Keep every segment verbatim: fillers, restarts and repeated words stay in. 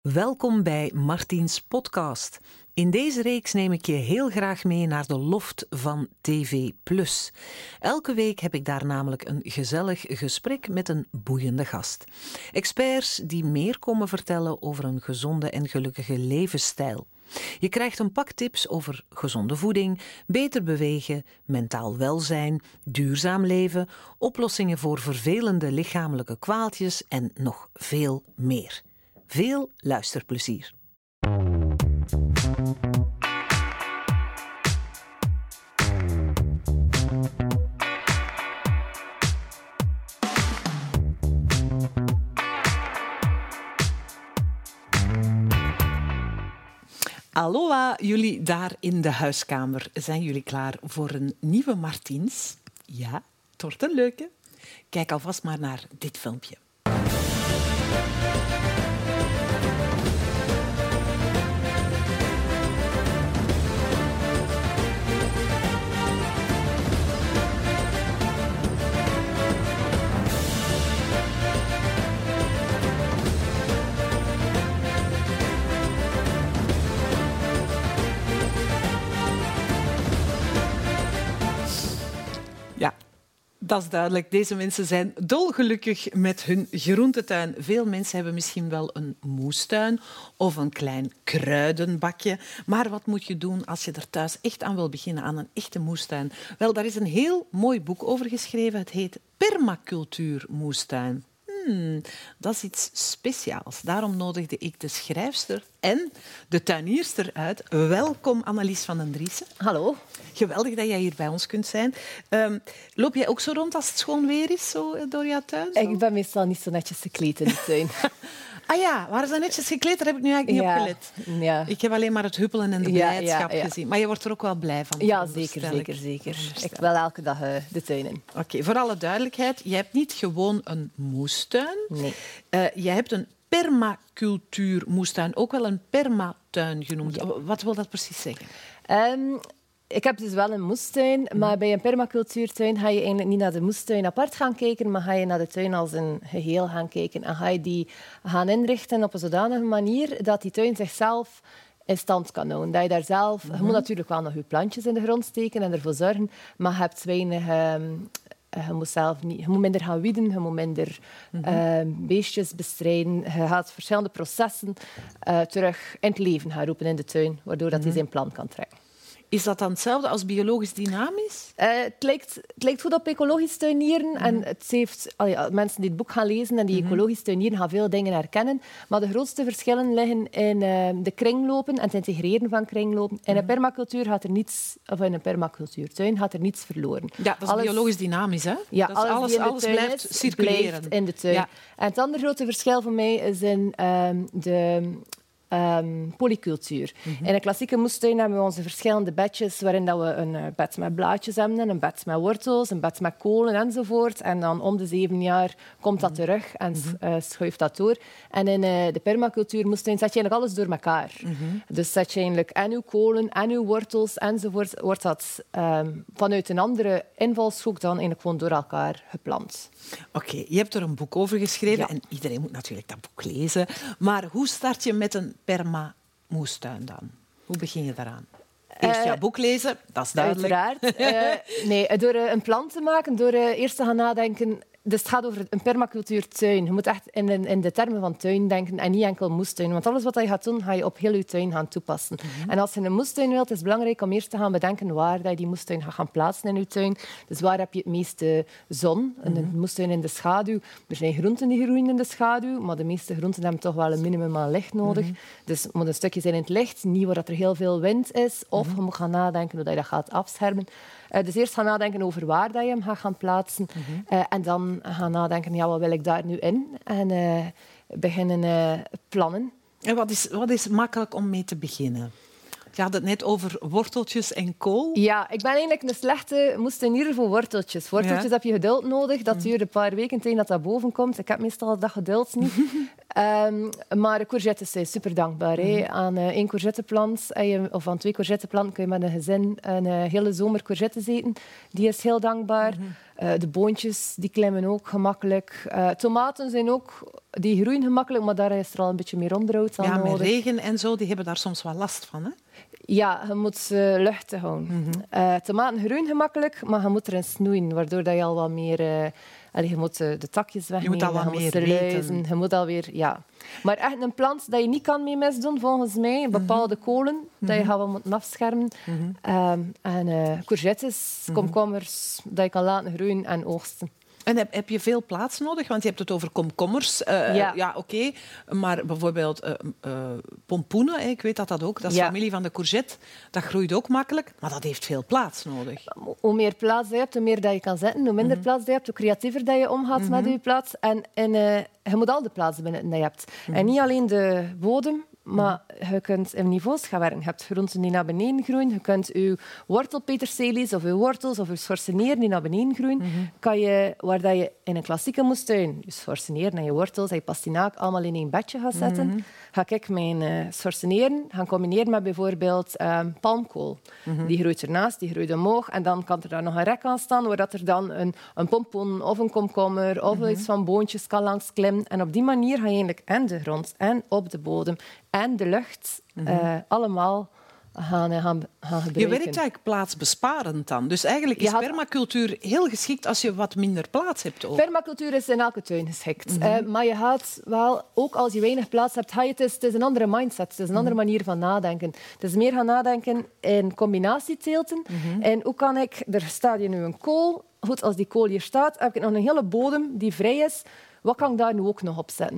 Welkom bij Martiens podcast. In deze reeks neem ik je heel graag mee naar de loft van T V plus. Elke week heb ik daar namelijk een gezellig gesprek met een boeiende gast. Experts die meer komen vertellen over een gezonde en gelukkige levensstijl. Je krijgt een pak tips over gezonde voeding, beter bewegen, mentaal welzijn, duurzaam leven, oplossingen voor vervelende lichamelijke kwaaltjes en nog veel meer. Veel luisterplezier. Aloha, jullie daar in de huiskamer. Zijn jullie klaar voor een nieuwe Martiens? Ja, het wordt een leuke. Kijk alvast maar naar dit filmpje. Ja, dat is duidelijk. Deze mensen zijn dolgelukkig met hun groentetuin. Veel mensen hebben misschien wel een moestuin of een klein kruidenbakje. Maar wat moet je doen als je er thuis echt aan wil beginnen, aan een echte moestuin? Wel, daar is een heel mooi boek over geschreven. Het heet Permacultuur Moestuin. Hmm, dat is iets speciaals. Daarom nodigde ik de schrijfster en de tuinierster uit. Welkom, Annelies van den Driessen. Hallo. Geweldig dat jij hier bij ons kunt zijn. Um, loop jij ook zo rond als het schoon weer is, zo door jouw tuin? Zo? Ik ben meestal niet zo netjes gekleed in de tuin. Ah ja, waren ze netjes gekleed? Daar heb ik nu eigenlijk niet ja, op gelet. Ja. Ik heb alleen maar het huppelen en de Ja, blijdschap ja, ja. gezien. Maar je wordt er ook wel blij van. Ja, zeker, zeker, zeker. Ik wil elke dag uh, de tuin in. Oké, okay, voor alle duidelijkheid, je hebt niet gewoon een moestuin. Nee. Uh, je hebt een permacultuur moestuin, ook wel een permatuin genoemd. Ja. Wat wil dat precies zeggen? Um, Ik heb dus wel een moestuin, maar bij een permacultuurtuin ga je eigenlijk niet naar de moestuin apart gaan kijken, maar ga je naar de tuin als een geheel gaan kijken. En ga je die gaan inrichten op een zodanige manier dat die tuin zichzelf in stand kan houden. Dat je daar zelf... Mm-hmm. Je moet natuurlijk wel nog je plantjes in de grond steken en ervoor zorgen, maar je hebt weinig... Um, Je moet, zelf niet, je moet minder gaan wieden, je moet minder mm-hmm. uh, beestjes bestrijden. Je gaat verschillende processen uh, terug in het leven gaan roepen in de tuin, waardoor mm-hmm. dat hij zijn plan kan trekken. Is dat dan hetzelfde als biologisch dynamisch? Uh, het, lijkt, het lijkt goed op ecologisch tuinieren. Mm-hmm. En het heeft, allee, mensen die het boek gaan lezen en die mm-hmm. ecologisch tuinieren gaan veel dingen herkennen. Maar de grootste verschillen liggen in uh, de kringlopen en het integreren van kringlopen. In een permacultuur gaat er niets, of in een permacultuurtuin gaat er niets verloren. Ja, dat is alles, biologisch dynamisch, hè? Ja, dat is alles, alles, alles blijft is, circuleren. Blijft in de tuin. Ja. En het andere grote verschil voor mij is in uh, de... Um, polycultuur. Mm-hmm. In een klassieke moestuin hebben we onze verschillende bedjes waarin dat we een uh, bed met blaadjes hebben, een bed met wortels, een bed met kolen enzovoort. En dan om de zeven jaar komt dat terug en uh, schuift dat door. En in uh, de permacultuur moestuin zet je eigenlijk alles door elkaar. Mm-hmm. Dus zet je eigenlijk en uw kolen en uw wortels enzovoort, wordt dat um, vanuit een andere invalshoek dan eigenlijk gewoon door elkaar geplant. Oké, okay, je hebt er een boek over geschreven ja. en iedereen moet natuurlijk dat boek lezen. Maar hoe start je met een perma-moestuin dan? Hoe begin je daaraan? Eerst uh, jouw boek lezen, dat is duidelijk. Uiteraard. uh, nee, door uh, een plan te maken, door uh, eerst te gaan nadenken... Dus het gaat over een permacultuurtuin. Je moet echt in de, in de termen van tuin denken en niet enkel moestuin. Want alles wat je gaat doen, ga je op heel je tuin gaan toepassen. Mm-hmm. En als je een moestuin wilt, is het belangrijk om eerst te gaan bedenken waar je die moestuin gaat gaan plaatsen in je tuin. Dus waar heb je het meeste zon? Mm-hmm. Een moestuin in de schaduw. Er zijn groenten die groeien in de schaduw, maar de meeste groenten hebben toch wel een minimum aan licht nodig. Mm-hmm. Dus het moet een stukje zijn in het licht, niet waar er heel veel wind is. Of mm-hmm. je moet gaan nadenken hoe je dat gaat afschermen. Uh, dus eerst gaan nadenken over waar dat je hem gaat gaan plaatsen. Mm-hmm. Uh, en dan gaan nadenken, ja, wat wil ik daar nu in? En uh, beginnen uh, plannen. En wat is, wat is makkelijk om mee te beginnen? Je had het net over worteltjes en kool. Ja, ik ben eigenlijk een slechte moestuinier voor worteltjes. Worteltjes ja. heb je geduld nodig. Dat duurt een paar weken tegen dat dat boven komt. Ik heb meestal dat geduld niet. Um, maar courgettes zijn super dankbaar. Mm-hmm. Hè. Aan uh, één courgetteplant of aan twee courgetteplanten kun je met een gezin een uh, hele zomer courgettes eten. Die is heel dankbaar. Mm-hmm. Uh, de boontjes die klimmen ook gemakkelijk. Uh, tomaten zijn ook, die groeien gemakkelijk, maar daar is er al een beetje meer onderhoud aan ja, nodig. Ja, met regen en zo, die hebben daar soms wel last van, hè? Ja, je moet ze luchtig houden. Mm-hmm. Uh, tomaten groeien gemakkelijk, maar je moet erin snoeien, waardoor dat je al wat meer... Uh, allee, je moet de, de takjes wegnemen, je moet al wat je meer moet luizen, je moet alweer... Ja. Maar echt een plant dat je niet kan mee misdoen, volgens mij. Bepaalde mm-hmm. kolen, dat je mm-hmm. wel moet afschermen. Mm-hmm. Um, en uh, courgettes, mm-hmm. komkommers, dat je kan laten groeien en oogsten. En heb, heb je veel plaats nodig? Want je hebt het over komkommers. Uh, ja, ja oké. Okay. Maar bijvoorbeeld uh, uh, pompoenen, hè, ik weet dat dat ook. Dat is ja. familie van de courgette. Dat groeit ook makkelijk, maar dat heeft veel plaats nodig. Hoe meer plaats je hebt, hoe meer dat je kan zetten. Hoe minder mm-hmm. plaats je hebt, hoe creatiever dat je omgaat mm-hmm. met je plaats. En, en uh, je moet al de plaats benutten die je hebt. Mm-hmm. En niet alleen de bodem, maar je kunt in niveaus gaan werken. Je hebt groenten die naar beneden groeien. Je kunt je wortelpeterselies of je wortels of je schorseneren die naar beneden groeien. Mm-hmm. Kan je, waar dat je in een klassieke moestuin je schorseneren en je wortels en je pastinaak allemaal in één bedje gaat zetten, mm-hmm. ga ik mijn uh, schorseneren gaan combineren met bijvoorbeeld um, palmkool. Mm-hmm. Die groeit ernaast, die groeit omhoog. En dan kan er daar nog een rek aan staan waar dat er dan een, een pompoen of een komkommer of mm-hmm. iets van boontjes kan langs klimmen. En op die manier ga je eigenlijk en de grond en op de bodem en de lucht mm-hmm. uh, allemaal gaan, gaan, gaan gebruiken. Je werkt eigenlijk plaatsbesparend dan. Dus eigenlijk is had... permacultuur heel geschikt als je wat minder plaats hebt. Ook. Permacultuur is in elke tuin geschikt. Mm-hmm. Uh, maar je gaat wel, ook als je weinig plaats hebt, ga je, het, is, het is een andere mindset. Het is een mm-hmm. andere manier van nadenken. Het is meer gaan nadenken in combinatieteelten. Mm-hmm. En hoe kan ik... Er staat hier nu een kool. Goed, als die kool hier staat, heb ik nog een hele bodem die vrij is. Wat kan ik daar nu ook nog op zetten?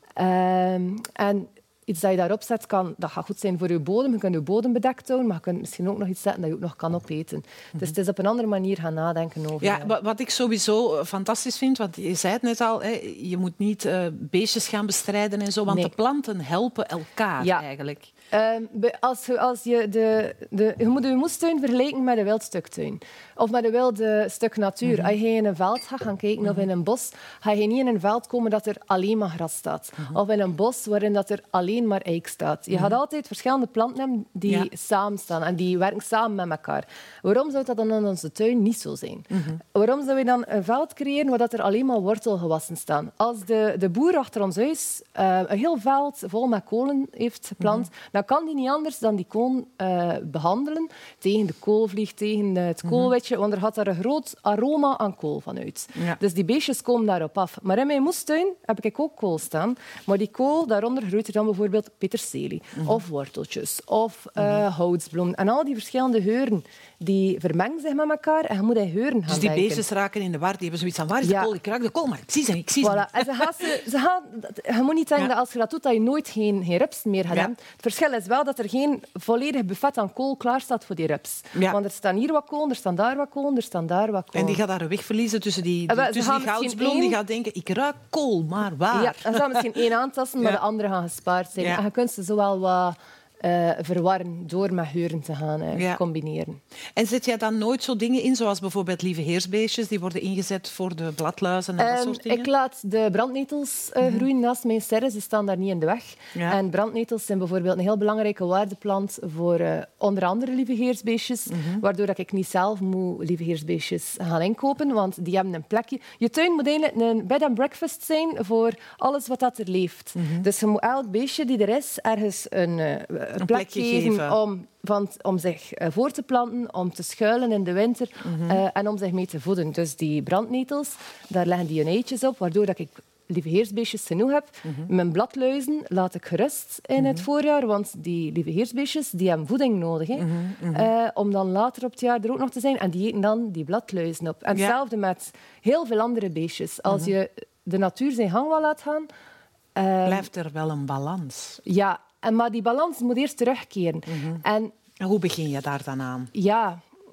Mm-hmm. Uh, en... Iets dat je daarop zet, kan, dat gaat goed zijn voor je bodem. Je kunt je bodem bedekt houden, maar je kunt misschien ook nog iets zetten dat je ook nog kan opeten. Mm-hmm. Dus het is op een andere manier gaan nadenken over. Ja, ja. Wat ik sowieso fantastisch vind, want je zei het net al, hè, je moet niet uh, beestjes gaan bestrijden en zo, want nee. de planten helpen elkaar ja. eigenlijk. Uh, als je, als je, de, de, je moet je moestuin vergelijken met een wildstuktuin. Of met een wilde stuk natuur. Mm-hmm. Als je in een veld gaat gaan kijken mm-hmm. of in een bos, ga je niet in een veld komen dat er alleen maar gras staat. Mm-hmm. Of in een bos waarin dat er alleen maar eik staat. Je mm-hmm. gaat altijd verschillende planten hebben die ja. samen staan en die werken samen met elkaar. Waarom zou dat dan in onze tuin niet zo zijn? Mm-hmm. Waarom zou je dan een veld creëren waar dat er alleen maar wortelgewassen staan? Als de, de boer achter ons huis uh, een heel veld vol met kolen heeft geplant, mm-hmm. dan kan die niet anders dan die kool uh, behandelen tegen de koolvlieg, tegen het koolwitje, want er gaat daar een groot aroma aan kool vanuit. Ja. Dus die beestjes komen daarop af. Maar in mijn moestuin heb ik ook kool staan, maar die kool, daaronder groeit er dan bijvoorbeeld peterselie, mm-hmm. of worteltjes, of uh, mm-hmm. houtsbloem. En al die verschillende geuren, die vermengen zich met elkaar en je moet in geuren gaan Dus die denken. beestjes raken in de war, die hebben zoiets van, waar is ja. de kool? Ik ruik de kool, maar ik zie ze niet. Ik zie ze voilà. En ze gaan, ze, ze gaan, je moet niet denken ja. dat als je dat doet, dat je nooit geen, geen rupsen meer gaat ja. hebben. Het verschil is wel dat er geen volledig buffet aan kool klaar staat voor die rups. Ja. Want er staan hier wat kool, er staan daar wat kool, er staan daar wat kool. En die gaat daar een weg verliezen tussen die, die, we, tussen die goudsbloem. Één... Die gaat denken, ik ruik kool, maar waar? Ja, dan gaan misschien één aantasten, maar ja. de andere gaan gespaard zijn. Ja. En je kunt ze zowel wat... Uh, verwarren door met geuren te gaan uh, ja. combineren. En zet jij dan nooit zo dingen in, zoals bijvoorbeeld lieve heersbeestjes, die worden ingezet voor de bladluizen en um, dat soort dingen? Ik laat de brandnetels uh, mm-hmm. groeien naast mijn serres, die staan daar niet in de weg. Ja. En brandnetels zijn bijvoorbeeld een heel belangrijke waardeplant voor uh, onder andere lieve heersbeestjes, mm-hmm. waardoor dat ik niet zelf moet lieve heersbeestjes gaan inkopen, want die hebben een plekje. Je tuin moet eigenlijk een bed and breakfast zijn voor alles wat dat er leeft. Mm-hmm. Dus je moet elk beestje die er is ergens een... Uh, Een plek geven, geven. Om, van, om zich uh, voor te planten, om te schuilen in de winter mm-hmm. uh, en om zich mee te voeden. Dus die brandnetels, daar leggen die hun eitjes op, waardoor dat ik lieve heersbeestjes genoeg heb. Mm-hmm. Mijn bladluizen laat ik gerust in mm-hmm. het voorjaar, want die lieve heersbeestjes die hebben voeding nodig. Hè, mm-hmm. uh, om dan later op het jaar er ook nog te zijn. En die eten dan die bladluizen op. En ja. hetzelfde met heel veel andere beestjes. Als mm-hmm. je de natuur zijn gang wel laat gaan... Uh, blijft er wel een balans. Ja. En, maar die balans moet eerst terugkeren. Mm-hmm. En, en hoe begin je daar dan aan? Ja,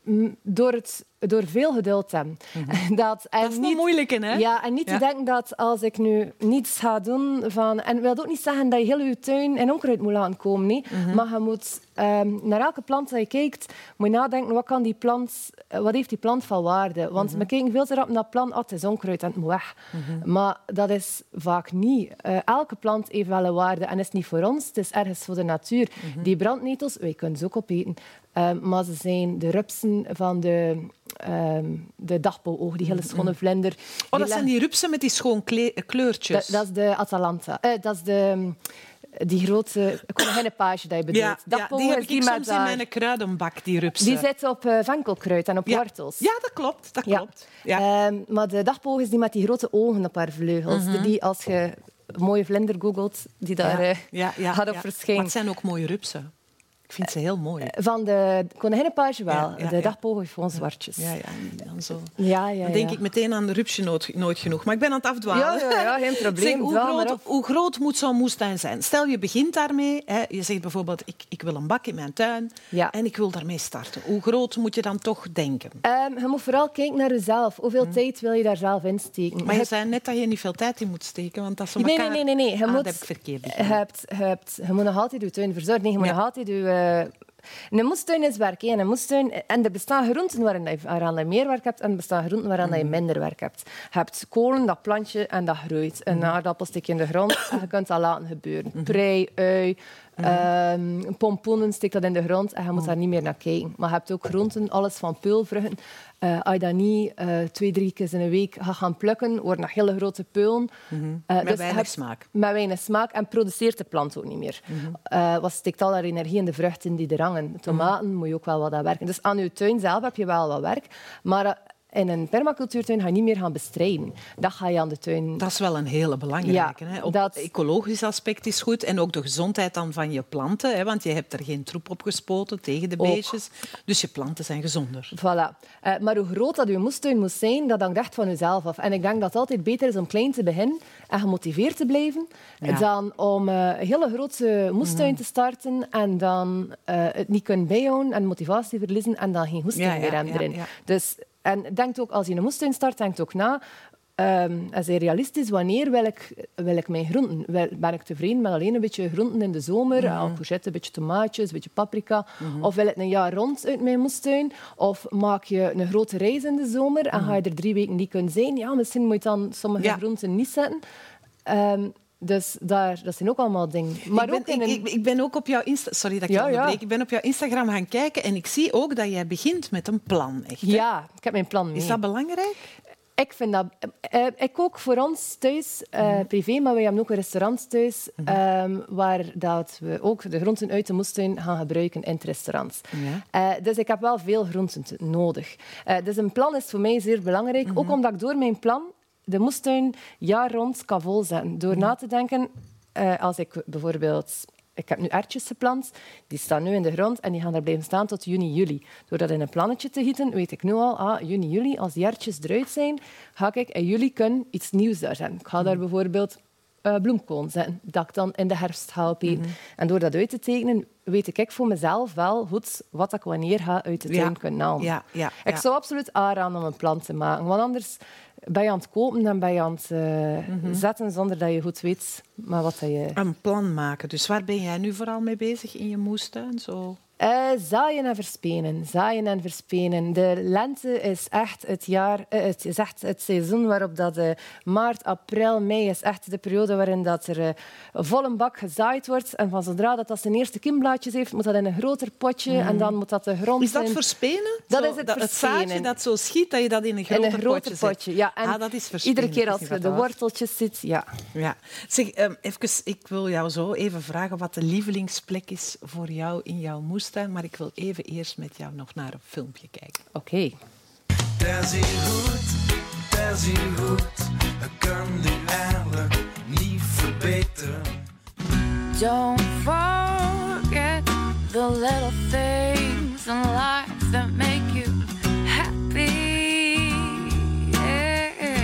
m, door, het, door veel geduld te hebben. Mm-hmm. dat, en dat is niet moeilijk, hè? Ja, en niet ja. te denken dat als ik nu niets ga doen... Van, en wil ook niet zeggen dat je heel je tuin in onkruid moet laten komen. Nee. Mm-hmm. Maar je moet um, naar elke plant dat je kijkt, moet je nadenken, wat, kan die plant, wat heeft die plant van waarde? Want mm-hmm. we kijken veel te rap naar plant, oh, het is onkruid en het moet weg. Mm-hmm. Maar dat is vaak niet. Uh, elke plant heeft wel een waarde en is niet voor ons, het is ergens voor de natuur. Mm-hmm. Die brandnetels, wij kunnen ze ook opeten. Um, maar ze zijn de rupsen van de, um, de dagbouwoog, die hele schone vlinder. Oh, dat zijn die rupsen met die schoon kleurtjes. Dat, dat is de Atalanta. Uh, dat is de... Die grote koninginnenpage die je bedoelt. Ja, ja, die heb ik die soms in mijn kruidenbak, die rupsen. Die zit op uh, venkelkruid en op ja. wortels. Ja, dat klopt. Dat ja. klopt. Ja. Um, maar de dagboog is die met die grote ogen op haar vleugels. Mm-hmm. Die, als je een mooie vlinder googelt, die daar ja. Uh, ja, ja, gaat op ja. verschijnen. Maar het zijn ook mooie rupsen. Ik vind ze heel mooi. Van de koninginnenpage wel. Ja, ja, de dagboog heeft gewoon zwartjes. Ja, ja, dan zo. Ja, ja, dan denk ja. ik meteen aan de rupsje nooit, nooit genoeg. Maar ik ben aan het afdwalen. Ja, ja, ja, geen probleem. Zeg, hoe, groot, hoe groot moet zo'n moestuin zijn? Stel, je begint daarmee. Hè, je zegt bijvoorbeeld, ik, ik wil een bak in mijn tuin ja. en ik wil daarmee starten. Hoe groot moet je dan toch denken? Um, je moet vooral kijken naar jezelf. Hoeveel hmm. tijd wil je daar zelf in steken? Maar je zei net dat je niet veel tijd in moet steken. Want dat ze nee, elkaar... nee, nee, nee, nee. Je, ah, moet... dat heb ik verkeerd je, hebt, je, hebt, je moet nog altijd je tuin verzorgen. Nee, je moet ja. nog altijd je... Uh... Een moestuin is werk. Een moestuin, en er bestaan groenten waaraan je meer werk hebt en er bestaan groenten waaraan mm. je minder werk hebt. Je hebt kolen, dat plantje, en dat groeit. Een mm. aardappel steek je in de grond en je kunt dat laten gebeuren. Mm. Prei, ui, mm. um, pompoenen, steek dat in de grond en je moet mm. daar niet meer naar kijken. Maar je hebt ook groenten, alles van peulvruchten. Uh, als je dat niet uh, twee, drie keer in een week gaat gaan plukken, worden dat hele grote peulen. Mm-hmm. Uh, met dus weinig smaak. Met weinig smaak en produceert de plant ook niet meer. Mm-hmm. Uh, wat steekt al haar energie in de vruchten die er hangen. Tomaten mm-hmm. moet je ook wel wat aan werken. Dus aan je tuin zelf heb je wel wat werk. Maar uh, in een permacultuurtuin ga je niet meer gaan bestrijden. Dat ga je aan de tuin... Dat is wel een hele belangrijke. Ja, hè? Op dat... het ecologisch aspect is goed. En ook de gezondheid dan van je planten. Hè? Want je hebt er geen troep op gespoten tegen de beestjes. Ook. Dus je planten zijn gezonder. Voilà. Uh, maar hoe groot dat je moestuin moet zijn, dat hangt echt van jezelf af. En ik denk dat het altijd beter is om klein te beginnen en gemotiveerd te blijven, ja. dan om uh, een hele grote moestuin mm. te starten en dan uh, het niet kunnen bijhouden en motivatie verliezen en dan geen goesting ja, ja, meer hebben ja, erin. Ja. Dus... En denk ook, als je een moestuin start, denk ook na. Um, als je realistisch, wanneer wil ik, wil ik mijn groenten? Ben ik tevreden met alleen een beetje groenten in de zomer? Mm-hmm. Al courgette, een beetje tomaatjes, een beetje paprika. Mm-hmm. Of wil ik een jaar rond uit mijn moestuin? Of maak je een grote reis in de zomer en mm-hmm. ga je er drie weken niet kunnen zijn? Ja, misschien moet je dan sommige ja. groenten niet zetten. Um, Dus daar, dat zijn ook allemaal dingen. Maar ik, ben, ook in ik, een... ik, ik ben ook op jouw Insta... Sorry dat ik ja, je onderbreek. Ja. Ik ben op jouw Instagram gaan kijken en ik zie ook dat jij begint met een plan. Echt, hè? Ja, ik heb mijn plan mee. Is dat belangrijk? Ik vind dat... Uh, ik kook voor ons thuis, uh, mm. privé, maar wij hebben ook een restaurant thuis mm. um, waar dat we ook de groenten uit de moestuin gaan gebruiken in het restaurant. Ja. Uh, dus ik heb wel veel groenten nodig. Uh, dus een plan is voor mij zeer belangrijk. Mm-hmm. Ook omdat ik door mijn plan de moestuin jaar rond kan volzetten. Door mm. na te denken... Uh, als ik bijvoorbeeld... Ik heb nu erwtjes geplant, die staan nu in de grond en die gaan er blijven staan tot juni, juli. Door dat in een plannetje te gieten, weet ik nu al, ah, juni, juli, als die erwtjes eruit zijn, ga ik in juli kunnen iets nieuws daar zetten. Ik ga daar bijvoorbeeld uh, bloemkool zetten, dat ik dan in de herfst ga opeten. Mm-hmm. En door dat uit te tekenen, weet ik voor mezelf wel goed wat ik wanneer ga uit de tuin ja. kunnen halen. Ja, ja, ja. Ik zou absoluut aanraden om een plan te maken, want anders... ben je aan het kopen en ben je aan het uh, mm-hmm. zetten zonder dat je goed weet maar wat dat je... Een plan maken. Dus waar ben jij nu vooral mee bezig in je moestuin? Zo... Uh, zaaien en verspenen. Zaaien en verspenen. De lente is echt het jaar, uh, het is echt het seizoen waarop dat uh, maart, april, mei is echt de periode waarin dat er uh, vol een bak gezaaid wordt. En van zodra dat, dat zijn eerste kiemblaadjes heeft, moet dat in een groter potje mm. en dan moet dat de grond Is dat in... verspenen? Dat zo, is het dat, verspenen. Het zaadje dat zo schiet, dat je dat in een groter, in een groter potje, potje ja. En ah, dat is verspenen. Iedere keer als je de worteltjes ziet, ja. ja. Zeg, um, even, ik wil jou zo even vragen wat de lievelingsplek is voor jou in jouw moestuin. Maar ik wil even eerst met jou nog naar een filmpje kijken. Oké. Okay. Dat is hier goed, dat is hier goed. Ik kan die eigenlijk niet verbeteren. Don't forget the little things in life that make you happy. Yeah.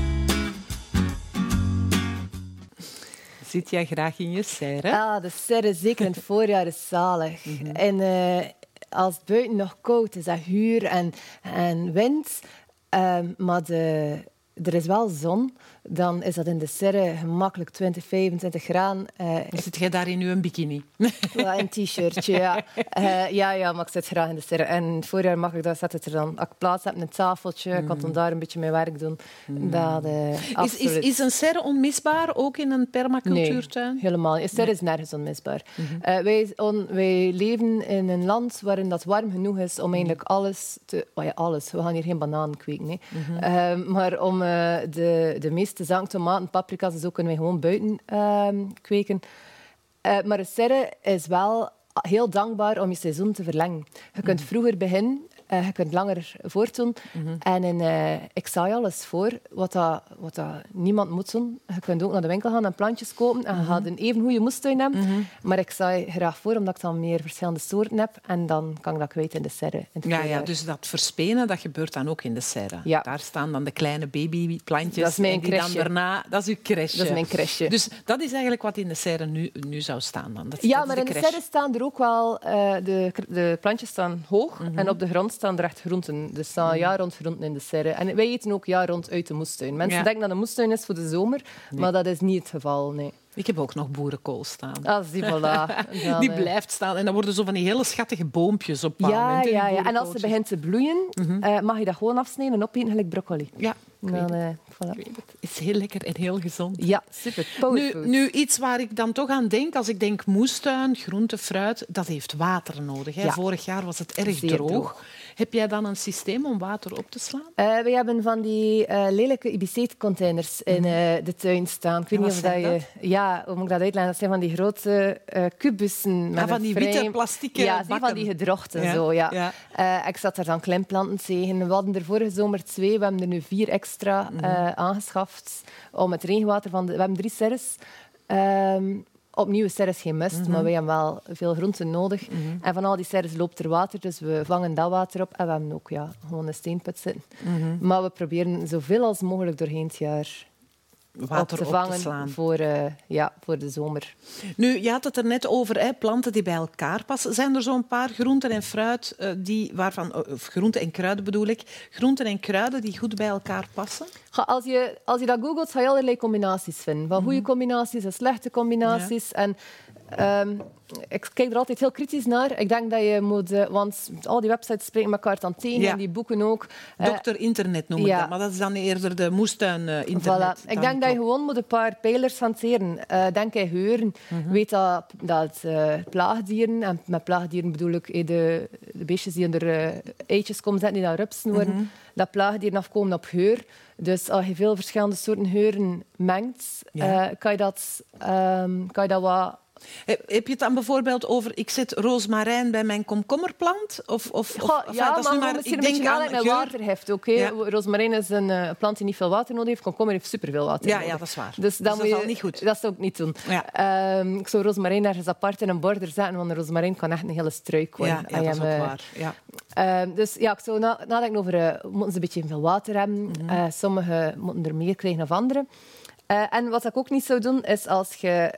Zit jij graag in je serre? Ah, de serre, zeker in het voorjaar, is zalig. Mm-hmm. En uh, als het buiten nog koud is, en huur en, en wind, um, maar de, er is wel zon, dan is dat in de serre gemakkelijk twintig, vijfentwintig graden. Uh, Zit jij daar in uw bikini? Ja, een t-shirtje, ja. Uh, ja. Ja, maar ik zit graag in de serre. En vorig mag ik dat zetten er dan. Als ik plaats heb, een tafeltje, ik kan dan daar een beetje mijn werk doen. Mm. Dat, uh, is, is, is een serre onmisbaar, ook in een permacultuurtuin? Nee, helemaal niet. Een serre is nergens onmisbaar. Mm-hmm. Uh, wij, on, wij leven in een land waarin dat warm genoeg is om eigenlijk alles te... Oh ja, alles. We gaan hier geen bananen kweken, nee. Mm-hmm. Uh, maar om uh, de, de meeste zaken, tomaten, paprika's, dus ook kunnen wij gewoon buiten uh, kweken. Uh, maar een serre is wel heel dankbaar om je seizoen te verlengen. Je kunt vroeger beginnen, uh, je kunt langer voortdoen. Mm-hmm. En in, uh, ik saai alles voor, wat, dat, wat dat niemand moet doen. Je kunt ook naar de winkel gaan en plantjes kopen. En je mm-hmm. gaat een even goede moestuin hebben. Mm-hmm. Maar ik saai graag voor, omdat ik dan meer verschillende soorten heb. En dan kan ik dat kwijt in de serre. In ja, ja, dus dat verspenen, dat gebeurt dan ook in de serre. Ja. Daar staan dan de kleine babyplantjes. Dat is mijn die dan daarna, dat is uw crèche. Dat is mijn crèche. Dus dat is eigenlijk wat in de serre nu, nu zou staan. Dan. Dat, ja, dat maar de in de serre staan er ook wel... Uh, de, de plantjes staan hoog mm-hmm. en op de grond staan er echt groenten. Er staan mm-hmm. jaar rond groenten in de serre. En wij eten ook jaar rond uit de moestuin. Mensen ja. denken dat een moestuin is voor de zomer, nee. maar dat is niet het geval, nee. Ik heb ook nog boerenkool staan. Ah, die, voilà. Dan, die blijft staan. En dan worden zo van die hele schattige boompjes op een ja, moment. Ja, ja. En als ze begint te bloeien, mm-hmm. uh, mag je dat gewoon afsnijden en opeten, gelijk broccoli. Ja, ik weet, dan, uh, voilà. ik weet het. Het is heel lekker en heel gezond. Ja, super. Nu, nu, iets waar ik dan toch aan denk, als ik denk moestuin, groente, fruit, dat heeft water nodig. Hè? Ja. Vorig jaar was het erg droog. droog. Heb jij dan een systeem om water op te slaan? Uh, wij hebben van die uh, lelijke Ibiseet-containers in uh, de tuin staan. Ik weet en niet of dat je... Ja, hoe moet ik dat uitleggen? Dat zijn van die grote uh, kubussen. Met ah, van die frame. witte plastieke Ja, bakken. van die gedrochten. Ja. Zo, ja. Ja. Uh, ik zat er dan klimplanten tegen. We hadden er vorige zomer twee. We hebben er nu vier extra uh, mm-hmm. aangeschaft. Om het regenwater van de... We hebben drie serres. Um, Opnieuw, serre is geen must, mm-hmm. maar wij hebben wel veel groenten nodig. Mm-hmm. En van al die serres loopt er water, dus we vangen dat water op. En we hebben ook ja, gewoon een steenput zitten. Mm-hmm. Maar we proberen zoveel als mogelijk doorheen het jaar water op te vangen op te slaan. Voor, uh, ja, voor de zomer. Nu, je had het er net over, hè, planten die bij elkaar passen. Zijn er zo'n paar groenten en fruit, uh, die, waarvan, of groenten en kruiden bedoel ik, groenten en kruiden die goed bij elkaar passen? Ga, als, je, als je dat googelt, ga je allerlei combinaties vinden. Van goede combinaties en slechte combinaties. Ja. En, um, ik kijk er altijd heel kritisch naar. Ik denk dat je moet... Uh, want al die websites spreken elkaar dan tegen. Ja. En die boeken ook. Dokter Internet noem ik ja. dat. Maar dat is dan eerder de moestuin-internet. Uh, voilà. Ik denk dat je gewoon moet een paar pijlers hanteren. Uh, denk aan geuren. Mm-hmm. Weet dat, dat uh, plaagdieren... En met plaagdieren bedoel ik de, de beestjes die onder uh, eitjes komen zetten, die dan rupsen worden. Mm-hmm. Dat plaagdieren afkomen op geur. Dus als je veel verschillende soorten geuren mengt, ja. uh, kan, je dat, um, kan je dat wat... Heb je het dan bijvoorbeeld over, ik zet roosmarijn bij mijn komkommerplant? Of, of, Goh, of, ja, enfin, dat is nu maar, misschien ik een beetje nadenken met waterheft. Okay? Ja. Roosmarijn is een uh, plant die niet veel water nodig heeft. Komkommer heeft superveel water ja, nodig. Ja, dat is waar. Dus, dus dat is je, niet goed. Dat zou ik niet doen. Ja. Um, ik zou roosmarijn ergens apart in een border zetten, want een roosmarijn kan echt een hele struik worden. Ja, ja dat is ook uh, waar. Ja. Uh, dus ja, ik zou na, nadenken over, uh, moeten ze een beetje veel water hebben? Mm-hmm. Uh, Sommigen moeten er meer krijgen dan anderen. Uh, en wat ik ook niet zou doen, is als je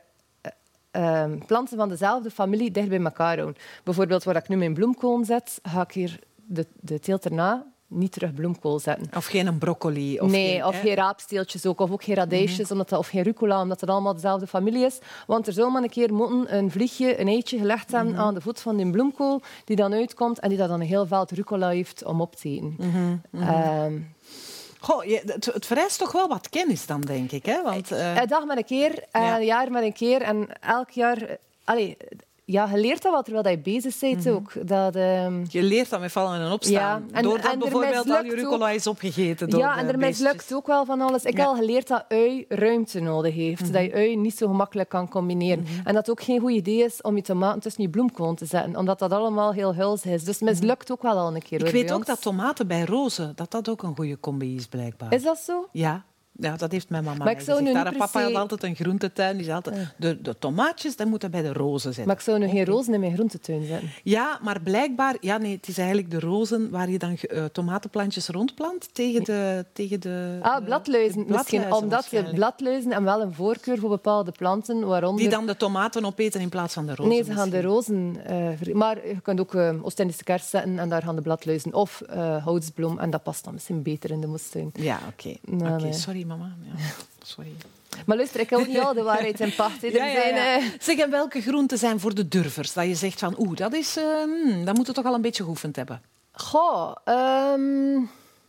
uh, planten van dezelfde familie dicht bij elkaar houden. Bijvoorbeeld waar ik nu mijn bloemkool zet, ga ik hier de, de teelt erna niet terug bloemkool zetten. Of geen een broccoli. Of nee, geen, of hè? geen raapsteeltjes ook, of ook geen radijsjes, mm-hmm. omdat dat, of geen rucola, omdat dat allemaal dezelfde familie is. Want er zou maar een keer moeten een vliegje, een eitje gelegd hebben mm-hmm. aan de voet van die bloemkool, die dan uitkomt en die dat dan een heel veld rucola heeft om op te eten. Mm-hmm. Mm-hmm. Um, Goh, je, het, het vereist toch wel wat kennis dan, denk ik. Hè? Want, uh... Een dag met een keer, ja. een jaar met een keer. En elk jaar... Allee, ja, je leert dat wel terwijl je bezig bent mm-hmm. ook. Dat, um... Je leert dat met vallen en opstaan. Ja. En, Doordat en bijvoorbeeld al je rucola is opgegeten door ja, en er mislukt ook wel van alles. Ik ja. heb al geleerd dat ui ruimte nodig heeft. Mm-hmm. Dat je ui niet zo gemakkelijk kan combineren. Mm-hmm. En dat het ook geen goed idee is om je tomaten tussen je bloemkool te zetten. Omdat dat allemaal heel huls is. Dus het mislukt ook wel al een keer. Ik weet ook dat tomaten bij rozen, dat dat ook een goede combi is, blijkbaar. Is dat zo? Ja. Ja, dat heeft mijn mama Maar mij ik zou gezegd. nu Haar niet papa per se- had altijd een groentetuin. Die zei altijd, de, de tomaatjes dat moeten bij de rozen zitten. Maar ik zou nu geen rozen in mijn groentetuin zetten. Ja, maar blijkbaar... Ja, nee, het is eigenlijk de rozen waar je dan uh, tomatenplantjes rondplant tegen de... Tegen de Ah, de- bladluizen. de Misschien omdat de waarschijnlijk. bladluizen hebben wel een voorkeur voor bepaalde planten, waaronder... Die dan de tomaten opeten in plaats van de rozen. Nee, ze gaan de misschien. rozen... uh, ver... Maar je kunt ook uh, Oost-Indische kers zetten en daar gaan de bladluizen. Of uh, houtsbloem, en dat past dan misschien beter in de moestuin. Ja, oké. Okay. Nee, Okay, nee. Sorry, mama. Ja, sorry. Maar luister, ik hou niet al de waarheid in pacht. Hè. Er Ja, ja, zijn, ja. uh, Zeg, en welke groenten zijn voor de durvers? Dat je zegt van, oeh, dat is... Uh, hmm, dat moet je toch al een beetje geoefend hebben. Goh, um,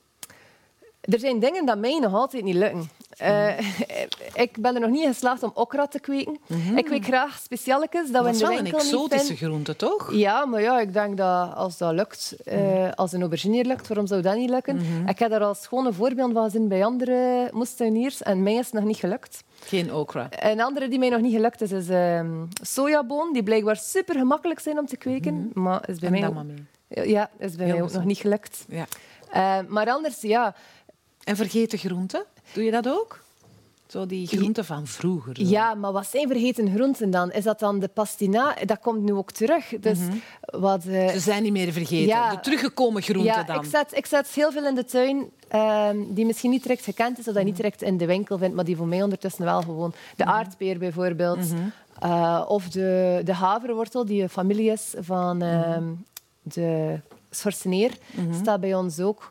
er zijn dingen dat mij nog altijd niet lukken. Uh, ik ben er nog niet geslaagd om okra te kweken. Mm-hmm. Ik kweek graag specialetjes dat we Dat in is de wel een winkel niet exotische vinden. groente, toch? Ja, maar ja, ik denk dat als dat lukt, uh, als een aubergine lukt, waarom zou dat niet lukken? Mm-hmm. Ik heb daar al schone voorbeelden van gezien bij andere moestuiniers en mij is het nog niet gelukt. Geen okra. Een andere die mij nog niet gelukt is, is um, sojaboon, die blijkbaar super gemakkelijk zijn om te kweken, Mm-hmm. maar is bij En mij dan ook, maar mee. ja, is bij Heel mij ook nog gezond. niet gelukt. Ja. Uh, maar anders, ja... En vergeten groenten? Doe je dat ook? Zo die groenten van vroeger. Zo. Ja, maar wat zijn vergeten groenten dan? Is dat dan de pastina? Dat komt nu ook terug. Dus Mm-hmm. wat, uh, Ze zijn niet meer vergeten. Ja. De teruggekomen groenten ja, dan. ik zet, ik zet heel veel in de tuin uh, die misschien niet direct gekend is of dat je niet direct in de winkel vindt, maar die voor mij ondertussen wel gewoon. De Mm-hmm. aardbeer bijvoorbeeld. Mm-hmm. Uh, of de, de haverwortel, die een familie is van uh, mm-hmm. de schorseneer. Mm-hmm. Staat bij ons ook.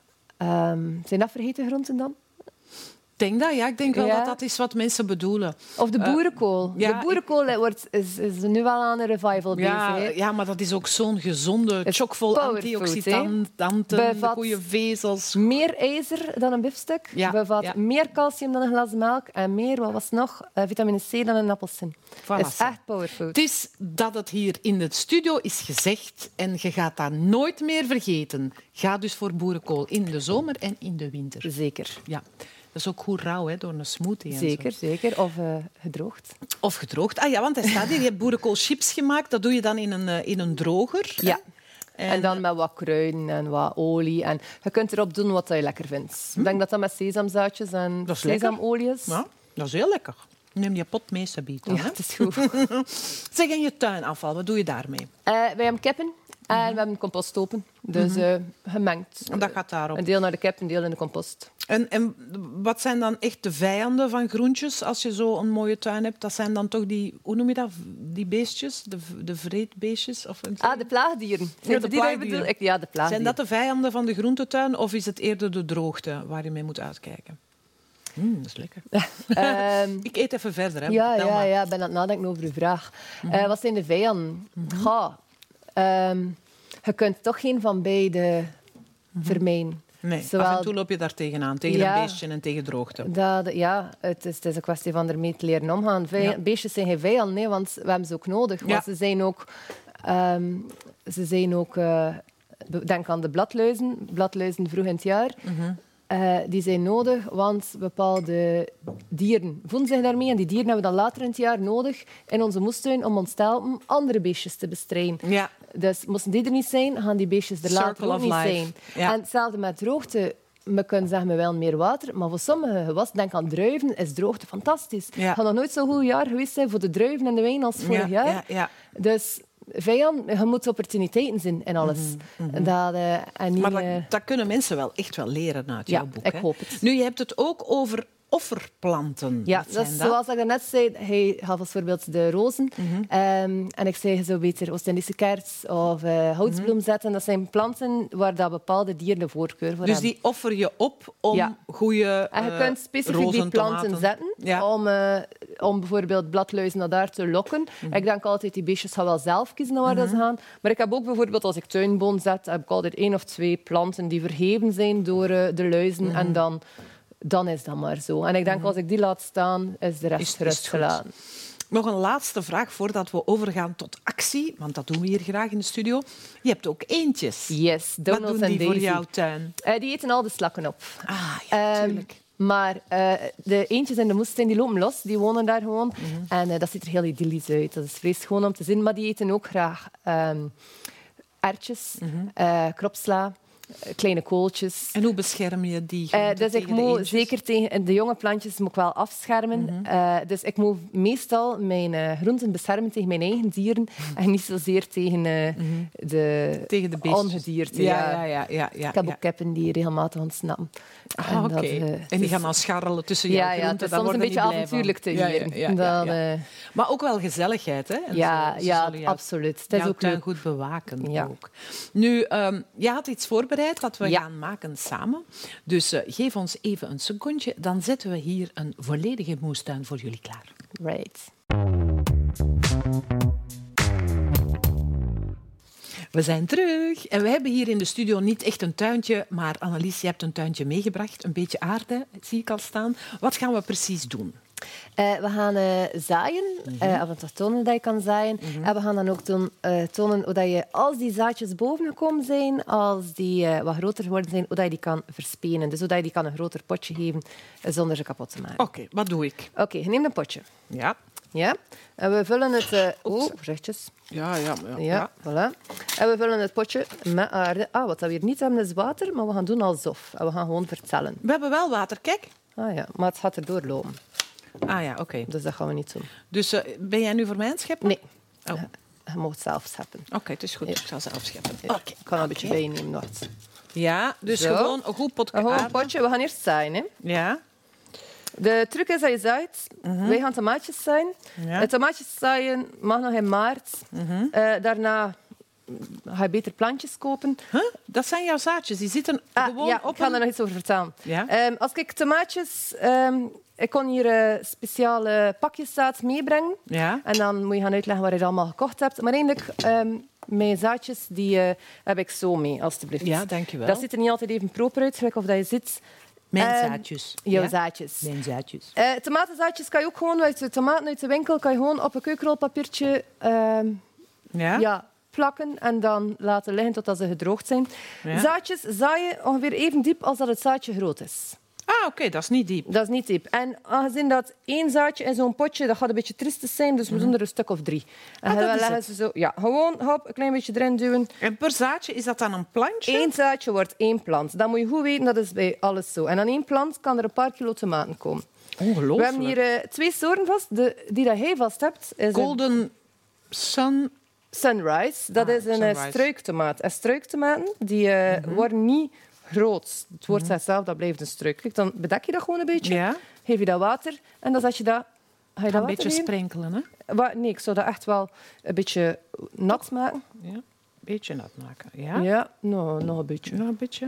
Um, zijn dat vergeten groenten dan? Ik denk dat, ja. Ik denk wel Ja. dat dat is wat mensen bedoelen. Of de boerenkool. Uh, ja, de boerenkool ik... wordt, is, is nu wel aan een revival ja, bezig. Hè? Ja, maar dat is ook zo'n gezonde, is chockvol powerfood, antioxidanten, Bevat goede vezels. Meer ijzer dan een biefstuk, Ja, bevat ja. meer calcium dan een glas melk en meer, wat was het nog, uh, vitamine C dan een appelsien. Voilà, Het is zo. echt powerfood. Het is dat het hier in de studio is gezegd en je gaat dat nooit meer vergeten. Ga dus voor boerenkool in de zomer en in de winter. Zeker. Ja. Dat is ook goed rauw, hè, door een smoothie. En Zeker, zo. zeker. Of uh, gedroogd. Of gedroogd. Ah ja, want hij staat hier. Je hebt boerenkoolchips gemaakt. Dat doe je dan in een, uh, in een droger. Ja. En, En dan met wat kruiden en wat olie. En je kunt erop doen wat je lekker vindt. Ik denk dat dat met sesamzaadjes en Dat is lekker. sesamolie is. Ja, dat is heel lekker. Neem je pot mee, Sabiet. Ja, het is goed. Zeg, en je tuinafval, wat doe je daarmee? Uh, wij hebben kippen en we hebben compostopen. Dus uh, gemengd. En dat gaat daarop. Een deel naar de kip, een deel in de compost. En, en wat zijn dan echt de vijanden van groentjes als je zo een mooie tuin hebt? Dat zijn dan toch die, hoe noem je dat, die beestjes? De, de vreedbeestjes? Of een... Ah, de plaagdieren. Zijn Ja, de dat die dat je plaagdieren. bedoelt? Ik, ja, de plaagdieren. Zijn dat de vijanden van de groentetuin of is het eerder de droogte waar je mee moet uitkijken? Mm, dat is lekker. Um, Ik eet even verder. Hè. ja, Tel ja, maar. ja, ik ben aan het nadenken over uw vraag. Mm-hmm. Uh, wat zijn de vijanden? Mm-hmm. Ga, um, je kunt toch geen van beide Mm-hmm. vermijden. Nee, Zowel- af en toe loop je daar tegenaan. Tegen Ja. een beestje en tegen droogte. Dat, ja, het is, het is een kwestie van ermee te leren omgaan. Vij- Ja. Beestjes zijn geen vijanden, nee, want we hebben ze ook nodig. Ja. Want ze zijn ook... Um, ze zijn ook uh, denk aan de bladluizen. Bladluizen vroeg in het jaar. Mm-hmm. Uh, die zijn nodig, want bepaalde dieren voeden zich daarmee. En die dieren hebben we dan later in het jaar nodig in onze moestuin om ons te helpen andere beestjes te bestrijden. Ja. Dus moesten die er niet zijn, gaan die beestjes er Circle later ook of niet life. zijn. Ja. En hetzelfde met droogte. We kunnen zeggen, we willen meer water, maar voor sommige gewassen, denk aan druiven, is droogte fantastisch. Ja. Het gaat nog nooit zo'n goed jaar geweest zijn voor de druiven en de wijn als vorig ja, jaar. Ja, ja. Dus vijand, je moet opportuniteiten zien in alles. Mm-hmm. Dat, uh, en niet, Maar dat, uh, dat kunnen mensen wel echt wel leren uit Ja, jouw boek. ik hè? hoop het. Nu, je hebt het ook over offerplanten. Ja, Wat dat zijn is, dat? zoals ik daarnet zei, hij gaf als voorbeeld de rozen. Mhm. Um, en ik zei, je zou beter Oost-Indische kers of uh, houtsbloem zetten. Dat zijn planten waar dat bepaalde dieren de voorkeur voor Dus hebben. die offer je op om Ja. goede En je uh, kunt specifiek rozen, die planten tomaten. zetten Ja. om, uh, om bijvoorbeeld bladluizen naar daar te lokken. Mhm. Ik denk altijd, die beestjes gaan wel zelf kiezen naar waar dat ze gaan. Maar ik heb ook bijvoorbeeld, als ik tuinboon zet, heb ik altijd één of twee planten die verheven zijn door uh, de luizen. Mhm. En dan, dan is dat maar zo. En ik denk, als ik die laat staan, is de rest Is- is gerust het goed. gelaten. Nog een laatste vraag voordat we overgaan tot actie, want dat doen we hier graag in de studio. Je hebt ook eentjes. Yes, Wat Donald doen en die Daisy. voor jouw tuin? Uh, die eten al de slakken op. Ah, ja, Ehm, tuurlijk. Maar uh, de eentjes in de moestuin die lopen los, die wonen daar gewoon. Mhm. En uh, dat ziet er heel idyllisch uit. Dat is vreselijk gewoon om te zien. Maar die eten ook graag um, erwtjes, Mhm. uh, kropsla, kleine kooltjes. En hoe bescherm je die Uh, groenten dus ik tegen de moet eendjes? zeker tegen de jonge plantjes moet ik wel afschermen. Mhm. Uh, dus ik moet meestal mijn uh, groenten beschermen tegen mijn eigen dieren en niet zozeer tegen uh, Mhm. de, Tegen de beestjes. ongedierte. Ja, Ja. ja, ja. ja, ja, Ik heb ja. ook kippen die regelmatig ontsnappen. Ah, oké. dat, uh, En het die is- gaan dan scharrelen tussen jouw Ja, ja, groenten. het is daar soms een worden beetje die blij van. avontuurlijk te Ja, ja, hier. ja, ja, Dan, ja. uh, Maar ook wel gezelligheid, hè? En ja, zo, ze ja zullen jou- absoluut. Het is jouw ook tuin leuk. goed bewaken Ja. ook. Nu, um, je had iets voorbereid dat we Ja. gaan maken samen. Dus uh, geef ons even een secondje, dan zetten we hier een volledige moestuin voor jullie klaar. Right. We zijn terug en we hebben hier in de studio niet echt een tuintje, maar Annelies, je hebt een tuintje meegebracht. Een beetje aarde, zie ik al staan. Wat gaan we precies doen? Uh, we gaan uh, zaaien, Mhm. uh, of toch tonen dat je kan zaaien. En we gaan dan ook doen, uh, tonen hoe dat je, als die zaadjes boven gekomen zijn, als die uh, wat groter geworden zijn, hoe dat je die kan verspenen. Dus hoe dat je die kan een groter potje geven uh, zonder ze kapot te maken. Oké, wat doe ik? Oké, okay, je neemt een potje. Ja. Ja? En we vullen het... Uh, oh, voorzichtig. Ja, ja, ja. Ja, voilà. En we vullen het potje met aarde. Ah, wat we hier niet hebben is water, maar we gaan doen alsof. En we gaan gewoon vertellen. We hebben wel water, kijk. Ah ja, maar het gaat erdoor lopen. Ah ja, oké. Dus dat gaan we niet doen. Dus uh, ben jij nu voor mij aan het scheppen? Nee. Oh. Je mag het zelf scheppen. Oké, het is goed. Ja. Ik zal zelf scheppen. Ja, Oké. Ik kan er een beetje bijnemen. Wacht. Ja, dus Zo. gewoon een goed potje Gewoon een aarde. potje. We gaan eerst zaaien. Hè. Ja. De truc is dat je zaait. Wij gaan tomaatjes zaaien. Ja. Het tomaatjes zaaien mag nog in maart. Uh, daarna ga je beter plantjes kopen. Huh? Dat zijn jouw zaadjes. Die zitten Ah, gewoon ja, op ik ga een... er nog iets over vertellen. Ja? Ehm, als ik tomaatjes... ehm, ik kon hier uh, speciale pakjes zaad meebrengen. Ja. En dan moet je gaan uitleggen waar je het allemaal gekocht hebt. Maar eigenlijk, ehm, mijn zaadjes die, uh, heb ik zo mee, alstublieft. Ja, dankjewel. Dat ziet er niet altijd even proper uit, gelijk of dat je ziet. Mijn Ehm, zaadjes. Jouw Ja. zaadjes. Mijn zaadjes. Uh, tomatenzaadjes kan je ook gewoon uit de tomaten uit de winkel kan je gewoon op een keukenrolpapiertje ehm, Ja? ja, plakken en dan laten liggen totdat ze gedroogd zijn. Ja. Zaadjes zaaien ongeveer even diep als dat het zaadje groot is. Ah, oké, dat is niet diep. Dat is niet diep. En aangezien dat één zaadje in zo'n potje, dat gaat een beetje triestig zijn, dus we doen er een stuk of drie. En Ah, dat dan is leggen het. ze zo, ja, gewoon hop, een klein beetje erin duwen. En per zaadje, is dat dan een plantje? Eén zaadje wordt één plant. Dat moet je goed weten, dat is bij alles zo. En aan één plant kan er een paar kilo tomaten komen. Ongelooflijk. We hebben hier uh, twee soorten vast. De, die dat jij vast hebt, is een Golden Sun... Sunrise. Dat Ah, is een uh, Sunrise. struiktomaat. En struiktomaten die, uh, Mhm. worden niet groot. Het woord zegt zelf, dat blijft een struik. Kijk, dan bedek je dat gewoon een beetje. Ja, Geef je dat water en dan zet je dat... Ga je dat een water beetje geven? sprenkelen, hè? Wa- Nee, ik zou dat echt wel een beetje nat maken. Ja, een beetje nat maken. Ja? Ja, no, nog een beetje. Nog een beetje.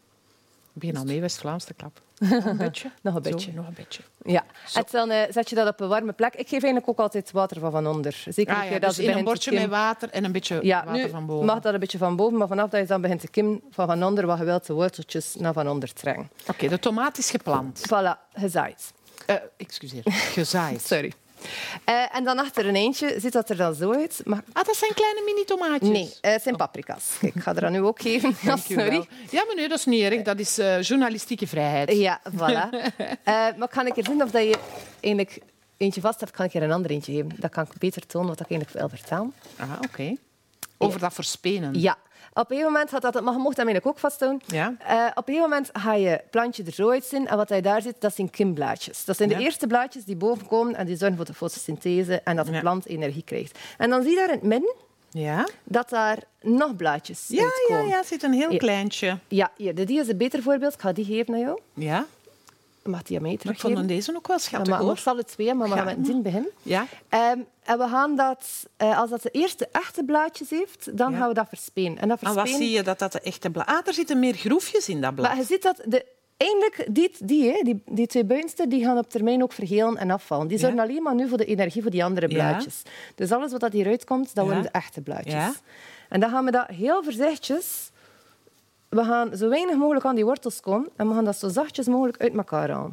Ik begin al mee West-Vlaams te klappen. Nog een beetje. Nog een Zo, beetje. nog een beetje. Ja. Zo. En dan uh, zet je dat op een warme plek. Ik geef eigenlijk ook altijd water van van onder. Zeker Ah, een ja, keer dat dus ze in een begint te bordje met kimmen. water en een beetje Ja, water nu van boven. mag dat een beetje van boven, maar vanaf dat je dan begint te kimmen van van onder, wat je wilt, de worteltjes naar van onder trekken. Oké, de tomaat is geplant. Voilà, gezaaid. Eh, excuseer, gezaaid. Sorry. Uh, en dan achter een eindje ziet dat er dan zo uit. Maar Ah, dat zijn kleine mini-tomaatjes. nee, uh, het zijn paprika's. Kijk, ik ga er aan u ook geven. Ja, Dank u wel. sorry. Ja, maar nee, dat is niet erg. Dat is uh, journalistieke vrijheid. Ja, voilà. Uh, maar kan ik er zien of dat je eigenlijk eentje vast hebt, kan ik er een ander eentje geven. Dat kan ik beter tonen wat ik eigenlijk wil vertellen. Ah, oké. Over dat verspenen. Ja. Op een gegeven moment gaat dat... Maar je mocht dat eigenlijk ook vasthouden. Ja. Uh, op een gegeven moment ga je plantje er zo uitzien. En wat je daar ziet, dat zijn kimblaadjes. Dat zijn Ja. de eerste blaadjes die boven komen en die zorgen voor de fotosynthese en dat de Ja. plant energie krijgt. En dan zie je daar in het midden Ja? dat daar nog blaadjes Ja, ja, uitkomen. ja, het zit een heel Ja. kleintje. Ja, hier, de die is een beter voorbeeld. Ik ga die geven aan jou. Ja? Mag die aan mij Ik teruggeven? vond deze ook wel Ja, schattig, maar hoor. ik zal het twee, maar we gaan Ja. met die beginnen. Ja? Um, en we gaan dat, uh, als dat de eerste echte blaadjes heeft, dan Ja. gaan we dat verspenen. En dat En wat verspenen... zie je dat dat de echte blad... Ah, er zitten meer groefjes in dat blad. Maar je ziet dat de, eindelijk die, die, hè, die, die twee buitenste die gaan op termijn ook vergelen en afvallen. Die zorgen Ja. alleen maar nu voor de energie voor die andere Ja. blaadjes. Dus alles wat hieruit komt, dat Ja. worden de echte blaadjes. Ja. En dan gaan we dat heel voorzichtig... We gaan zo weinig mogelijk aan die wortels komen en we gaan dat zo zachtjes mogelijk uit elkaar halen.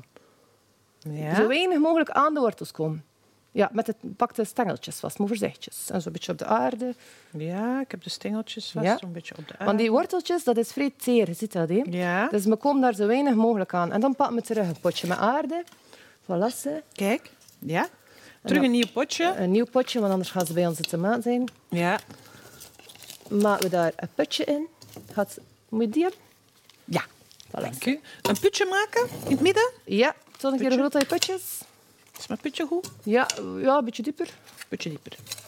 Ja? Zo weinig mogelijk aan de wortels komen. Ja, met het pak de stengeltjes vast, maar voorzichtig. En zo een beetje op de aarde. Ja, ik heb de stengeltjes vast, Ja. een beetje op de aarde. Want die worteltjes, dat is vrij teer, je ziet dat, hè? Ja, Dus we komen daar zo weinig mogelijk aan. En dan pakken we terug een potje met aarde. Voilà, ze. kijk. Ja. Terug dan- een nieuw potje. Een nieuw potje, want anders gaan ze bij onze tomaat zijn. Ja. Maken we daar een putje in. Gaat, moet je die hebben? Dank u. Een putje maken in het midden? Ja, toch een keer Putje. een grote putjes. Is mijn putje goed? Ja, ja, een beetje dieper. Putje dieper.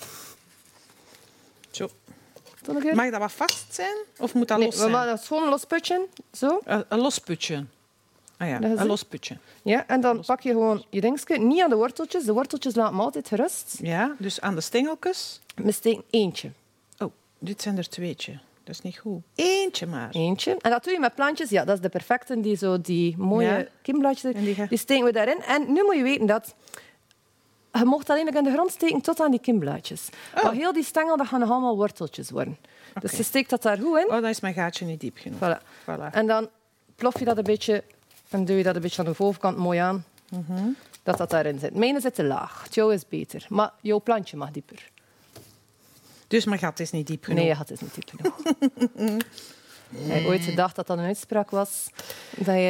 Zo. Toch een keer. Mag dat wat vast zijn? Of moet dat Nee, los we zijn? maken dat gewoon een los putje. Zo. Een, een los putje. Ah ja, Dat is een het. los putje. Ja, en dan pak je gewoon je dingetje. Niet aan de worteltjes. De worteltjes laten we altijd gerust. Ja, dus aan de stengeltjes. We steken eentje. Oh, dit zijn er tweetje. Dat is niet goed. Eentje maar. Eentje. En dat doe je met plantjes. Ja, dat is de perfecte, die, zo, die mooie Ja. kiemblaadjes. En die Die, ga- steken we daarin. En nu moet je weten dat... Je mocht alleen nog in de grond steken tot aan die kiemblaadjes. Oh. Maar heel die stengel, dat gaan nog allemaal worteltjes worden. Dus je steekt dat daar goed in. Oh, dan is mijn gaatje niet diep genoeg. Voilà. Voilà. En dan plof je dat een beetje en doe je dat een beetje aan de bovenkant mooi aan. Mhm. Dat dat daarin zit. Mijne zit te laag. Het jouw is beter. Maar jouw plantje mag dieper. Dus mijn gat is niet diep genoeg. Nee, je had het niet diep genoeg. Heb je ooit gedacht dat dat een uitspraak was? Dat je...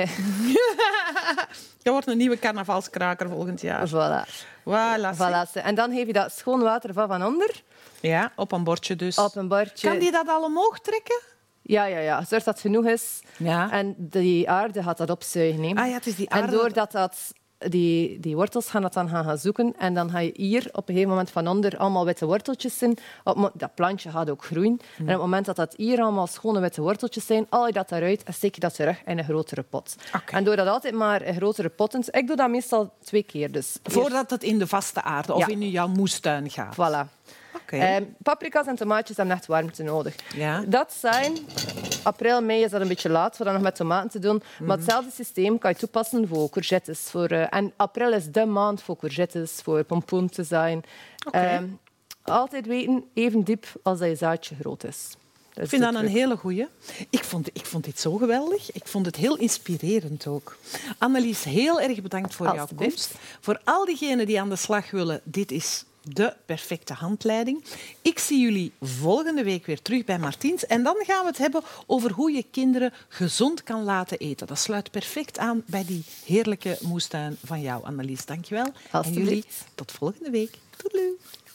Dat wordt een nieuwe carnavalskraker volgend jaar. Voilà. Voilà. Voilà. En dan geef je dat schoon water van van onder Ja, op een bordje dus. op een bordje. Kan die dat al omhoog trekken? Ja, ja, ja. Zorg dat het genoeg is. Ja. En die aarde gaat dat opzuigen. Hè. Ah ja, het is die En aarde. doordat dat, die, die wortels gaan dat dan gaan, gaan zoeken. En dan ga je hier op een gegeven moment van onder allemaal witte worteltjes zijn. Op, het mo- dat plantje gaat ook groeien. En op het moment dat dat hier allemaal schone witte worteltjes zijn, haal je dat eruit en steek je dat terug in een grotere pot. Oké. En door dat altijd maar in grotere potten... Ik doe dat meestal twee keer. Dus Voordat het in de vaste aarde of Ja. in jouw moestuin gaat. Voilà. Oké. Eh, paprika's en tomaatjes hebben echt warmte nodig. Ja. Dat zijn... April, mei is dat een beetje laat voor dat nog met tomaten te doen. Maar hetzelfde systeem kan je toepassen voor courgettes. Voor, eh, en april is de maand voor courgettes, voor pompoen te zijn. Oké. Eh, altijd weten, even diep als dat je zaadje groot is. Dat Ik vind dat een hele goeie. Ik vond, ik vond dit zo geweldig. Ik vond het heel inspirerend ook. Annelies, heel erg bedankt voor jouw Alsjeblieft. komst. Voor al diegenen die aan de slag willen, dit is de perfecte handleiding. Ik zie jullie volgende week weer terug bij Martiens. En dan gaan we het hebben over hoe je kinderen gezond kan laten eten. Dat sluit perfect aan bij die heerlijke moestuin van jou, Annelies. Dank je wel. En Alsjeblieft. jullie tot volgende week. Toedeloe.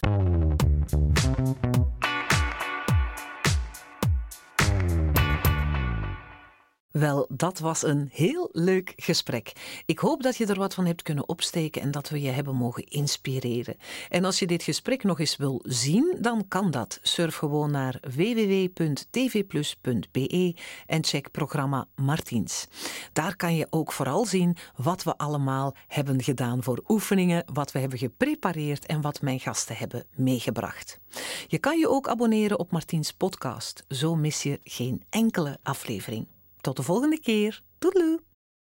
Wel, dat was een heel leuk gesprek. Ik hoop dat je er wat van hebt kunnen opsteken en dat we je hebben mogen inspireren. En als je dit gesprek nog eens wil zien, dan kan dat. Surf gewoon naar w w w punt t v plus punt b e en check programma Martiens. Daar kan je ook vooral zien wat we allemaal hebben gedaan voor oefeningen, wat we hebben geprepareerd en wat mijn gasten hebben meegebracht. Je kan je ook abonneren op Martiens podcast. Zo mis je geen enkele aflevering. Tot de volgende keer. Doedeloe!